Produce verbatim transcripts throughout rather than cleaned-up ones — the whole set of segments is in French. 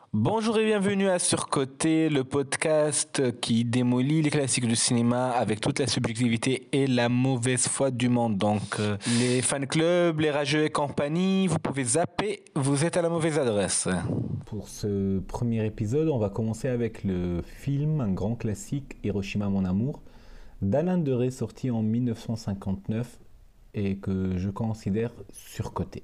Bonjour et bienvenue à Surcoté, le podcast qui démolit les classiques du cinéma avec toute la subjectivité et la mauvaise foi du monde. Donc, euh, les fan clubs, les rageux et compagnie, vous pouvez zapper, vous êtes à la mauvaise adresse. Pour ce premier épisode, on va commencer avec le film, un grand classique, Hiroshima mon amour, d'Alain Deray, sorti en mille neuf cent cinquante-neuf et que je considère surcoté.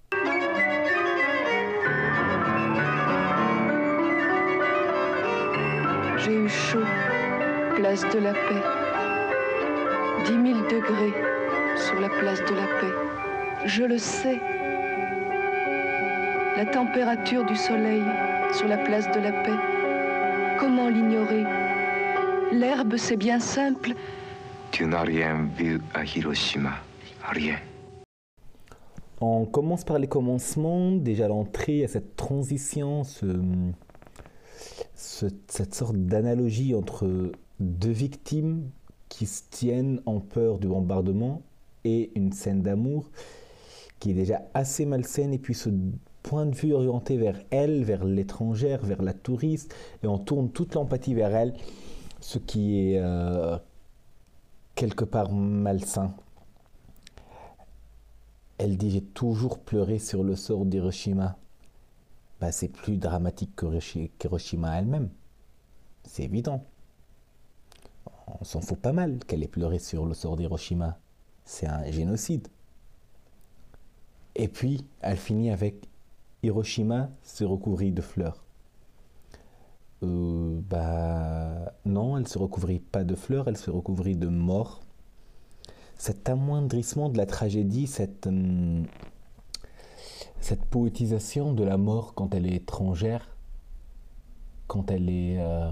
J'ai eu chaud, place de la paix. Dix mille degrés sur la place de la paix. Je le sais. La température du soleil sur la place de la paix. Comment l'ignorer? L'herbe, c'est bien simple. Tu n'as rien vu à Hiroshima. Rien. On commence par les commencements, déjà l'entrée à cette transition, ce, ce- cette sorte d'analogie entre deux victimes qui se tiennent en peur du bombardement et une scène d'amour qui est déjà assez malsaine, et puis ce point de vue orienté vers elle, vers l'étrangère, vers la touriste, et on tourne toute l'empathie vers elle, ce qui est euh, quelque part malsain. Elle dit: j'ai toujours pleuré sur le sort d'Hiroshima. Bah, c'est plus dramatique qu'Hiroshi- qu'Hiroshima elle-même. C'est évident. On s'en fout pas mal qu'elle ait pleuré sur le sort d'Hiroshima. C'est un génocide. Et puis, elle finit avec: Hiroshima se recouvrit de fleurs. Euh, bah non, elle se recouvrit pas de fleurs, elle se recouvrit de morts. Cet amoindrissement de la tragédie, cette, hum, cette poétisation de la mort quand elle est étrangère, quand elle est euh,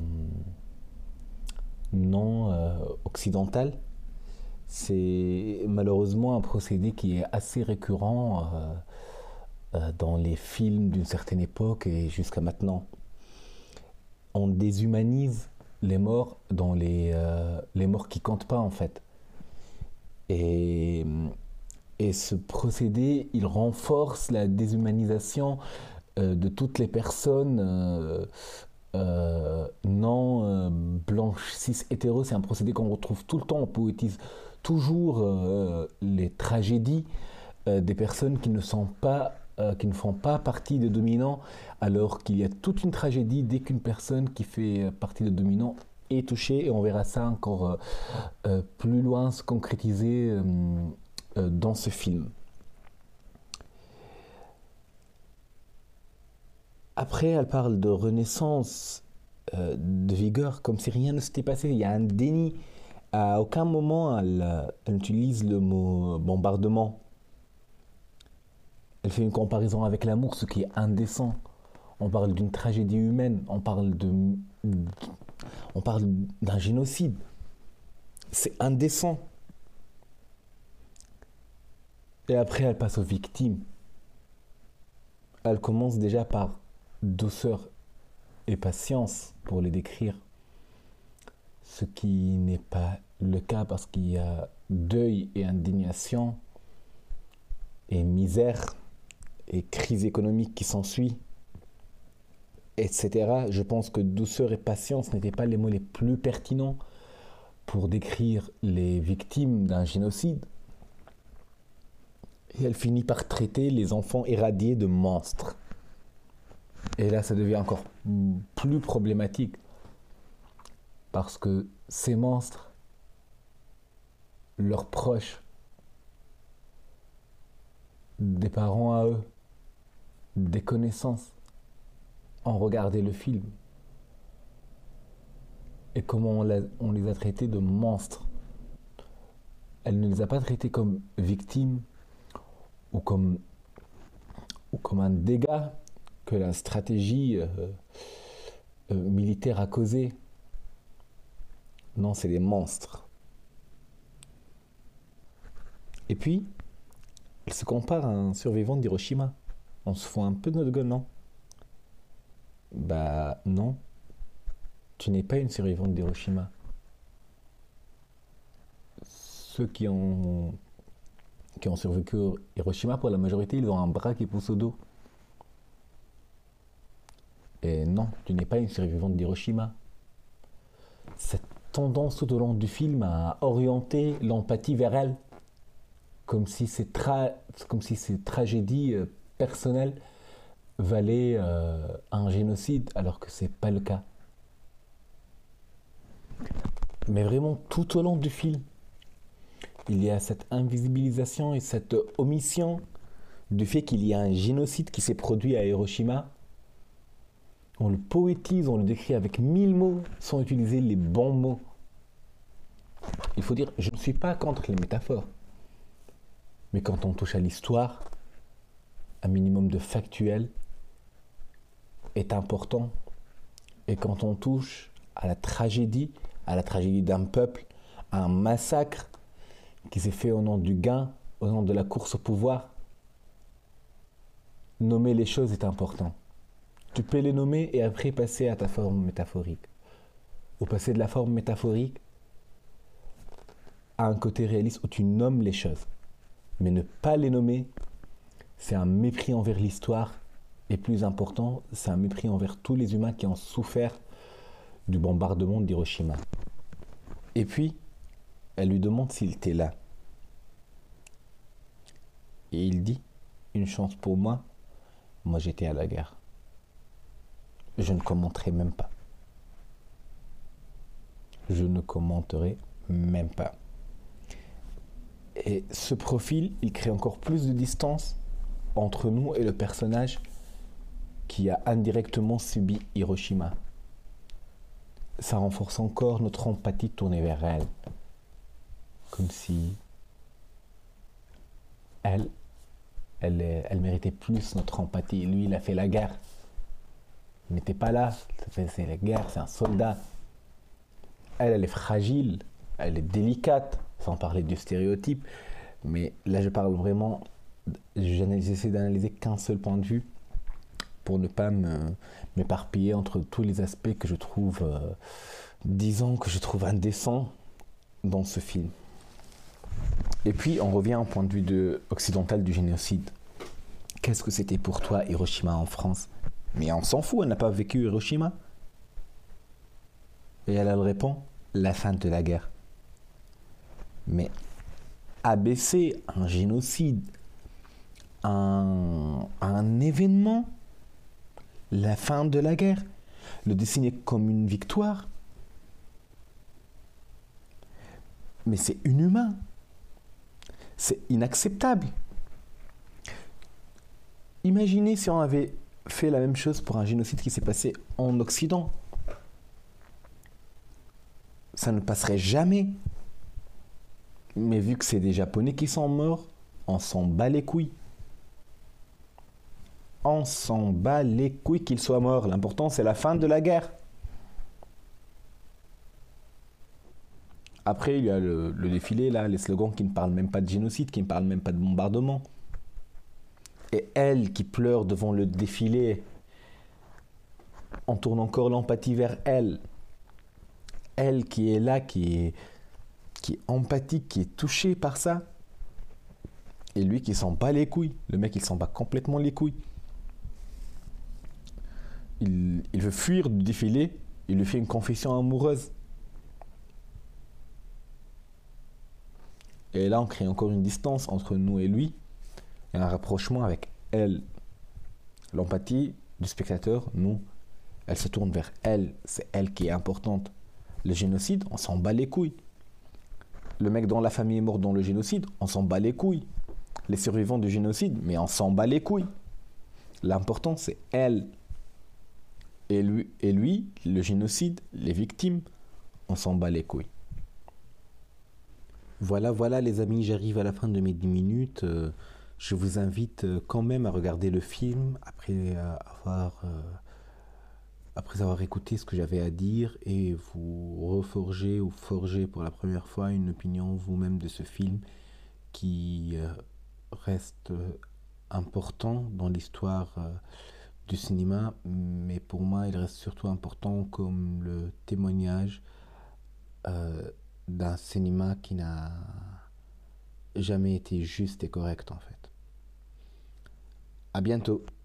non euh, occidentale, c'est malheureusement un procédé qui est assez récurrent euh, euh, dans les films d'une certaine époque et jusqu'à maintenant. On déshumanise les morts dans les, euh, les morts qui comptent pas en fait. Et, et ce procédé, il renforce la déshumanisation euh, de toutes les personnes euh, euh, non euh, blanches, cis, hétéros. C'est un procédé qu'on retrouve tout le temps. On poétise toujours euh, les tragédies euh, des personnes qui ne sont pas, euh, qui ne font pas partie des dominants, alors qu'il y a toute une tragédie dès qu'une personne qui fait partie des dominants est touchée, et on verra ça encore euh, euh, plus loin se concrétiser euh, euh, dans ce film. Après, elle parle de renaissance, euh, de vigueur, comme si rien ne s'était passé. Il y a un déni. À aucun moment, elle, euh, elle utilise le mot bombardement. Elle fait une comparaison avec l'amour, ce qui est indécent. On parle d'une tragédie humaine, on parle de, on parle d'un génocide. C'est indécent. Et après, elle passe aux victimes. Elle commence déjà par douceur et patience pour les décrire, ce qui n'est pas le cas parce qu'il y a deuil et indignation et misère et crise économique qui s'ensuit, et cetera. Je pense que douceur et patience n'étaient pas les mots les plus pertinents pour décrire les victimes d'un génocide. Et elle finit par traiter les enfants irradiés de monstres. Et là, ça devient encore plus problématique. Parce que ces monstres, leurs proches, des parents à eux, des connaissances, ont regardé le film. Et comment on, l'a- on les a traités de monstres. Elle ne les a pas traités comme victimes ou comme, ou comme un dégât que la stratégie euh, euh, militaire a causé. Non, c'est des monstres. Et puis, elle se compare à un survivant d'Hiroshima. On se fout un peu de notre gueule, non? Bah non, tu n'es pas une survivante d'Hiroshima. Ceux qui ont, qui ont survécu à Hiroshima, pour la majorité, ils ont un bras qui pousse au dos. Et non, tu n'es pas une survivante d'Hiroshima. Cette tendance tout au long du film à orienter l'empathie vers elle, comme si ces, tra- comme si ces tragédies euh, personnelles valaient euh, un génocide, alors que c'est pas le cas. Mais vraiment, tout au long du film, il y a cette invisibilisation et cette omission du fait qu'il y a un génocide qui s'est produit à Hiroshima. On le poétise, on le décrit avec mille mots sans utiliser les bons mots. Il faut dire, je ne suis pas contre les métaphores. Mais quand on touche à l'histoire, un minimum de factuel est important. Et quand on touche à la tragédie, à la tragédie d'un peuple, à un massacre qui s'est fait au nom du gain, au nom de la course au pouvoir, nommer les choses est important. Tu peux les nommer et après passer à ta forme métaphorique. Ou passer de la forme métaphorique à un côté réaliste où tu nommes les choses. Mais ne pas les nommer, c'est un mépris envers l'histoire. Et plus important, c'est un mépris envers tous les humains qui ont souffert du bombardement d'Hiroshima. Et puis, elle lui demande s'il était là. Et il dit, une chance pour moi, moi j'étais à la guerre. Je ne commenterai même pas. Je ne commenterai même pas. Et ce profil, il crée encore plus de distance entre nous et le personnage qui a indirectement subi Hiroshima. Ça renforce encore notre empathie tournée vers elle. Comme si elle, elle, elle méritait plus notre empathie. Lui, il a fait la guerre. Il n'était pas là. C'est la guerre, c'est un soldat. Elle, elle est fragile, elle est délicate, sans parler du stéréotype. Mais là, je parle vraiment... J'essaie d'analyser qu'un seul point de vue pour ne pas me, m'éparpiller entre tous les aspects que je trouve, euh, disons, que je trouve indécents dans ce film. Et puis, on revient au point de vue de, occidental du génocide. Qu'est-ce que c'était pour toi, Hiroshima, en France? Mais on s'en fout, elle n'a pas vécu Hiroshima. Et elle, elle répond, la fin de la guerre. Mais abaisser un génocide, un, un événement, la fin de la guerre, le dessiner comme une victoire, mais c'est inhumain, c'est inacceptable. Imaginez si on avait fait la même chose pour un génocide qui s'est passé en Occident. Ça ne passerait jamais. Mais vu que c'est des Japonais qui sont morts, on s'en bat les couilles. On s'en bat les couilles qu'ils soient morts. L'important, c'est la fin de la guerre. Après, il y a le, le défilé, là, les slogans qui ne parlent même pas de génocide, qui ne parlent même pas de bombardement. Et elle qui pleure devant le défilé, on tourne encore l'empathie vers elle. Elle qui est là, qui est, qui est empathique, qui est touchée par ça. Et lui qui s'en bat les couilles. Le mec, il s'en bat complètement les couilles. Il, il veut fuir du défilé. Il lui fait une confession amoureuse. Et là, on crée encore une distance entre nous et lui. Et un rapprochement avec elle. L'empathie du spectateur, nous, elle se tourne vers elle. C'est elle qui est importante. Le génocide, on s'en bat les couilles. Le mec dont la famille est mort dans le génocide, on s'en bat les couilles. Les survivants du génocide, mais on s'en bat les couilles. L'important, c'est elle. Et lui, et lui, le génocide, les victimes, on s'en bat les couilles. Voilà, voilà les amis, j'arrive à la fin de mes dix minutes. Euh, je vous invite quand même à regarder le film après avoir, euh, après avoir écouté ce que j'avais à dire et vous reforger ou forger pour la première fois une opinion vous-même de ce film qui euh, reste important dans l'histoire euh, du cinéma, mais pour moi il reste surtout important comme le témoignage euh, d'un cinéma qui n'a jamais été juste et correct en fait. À bientôt.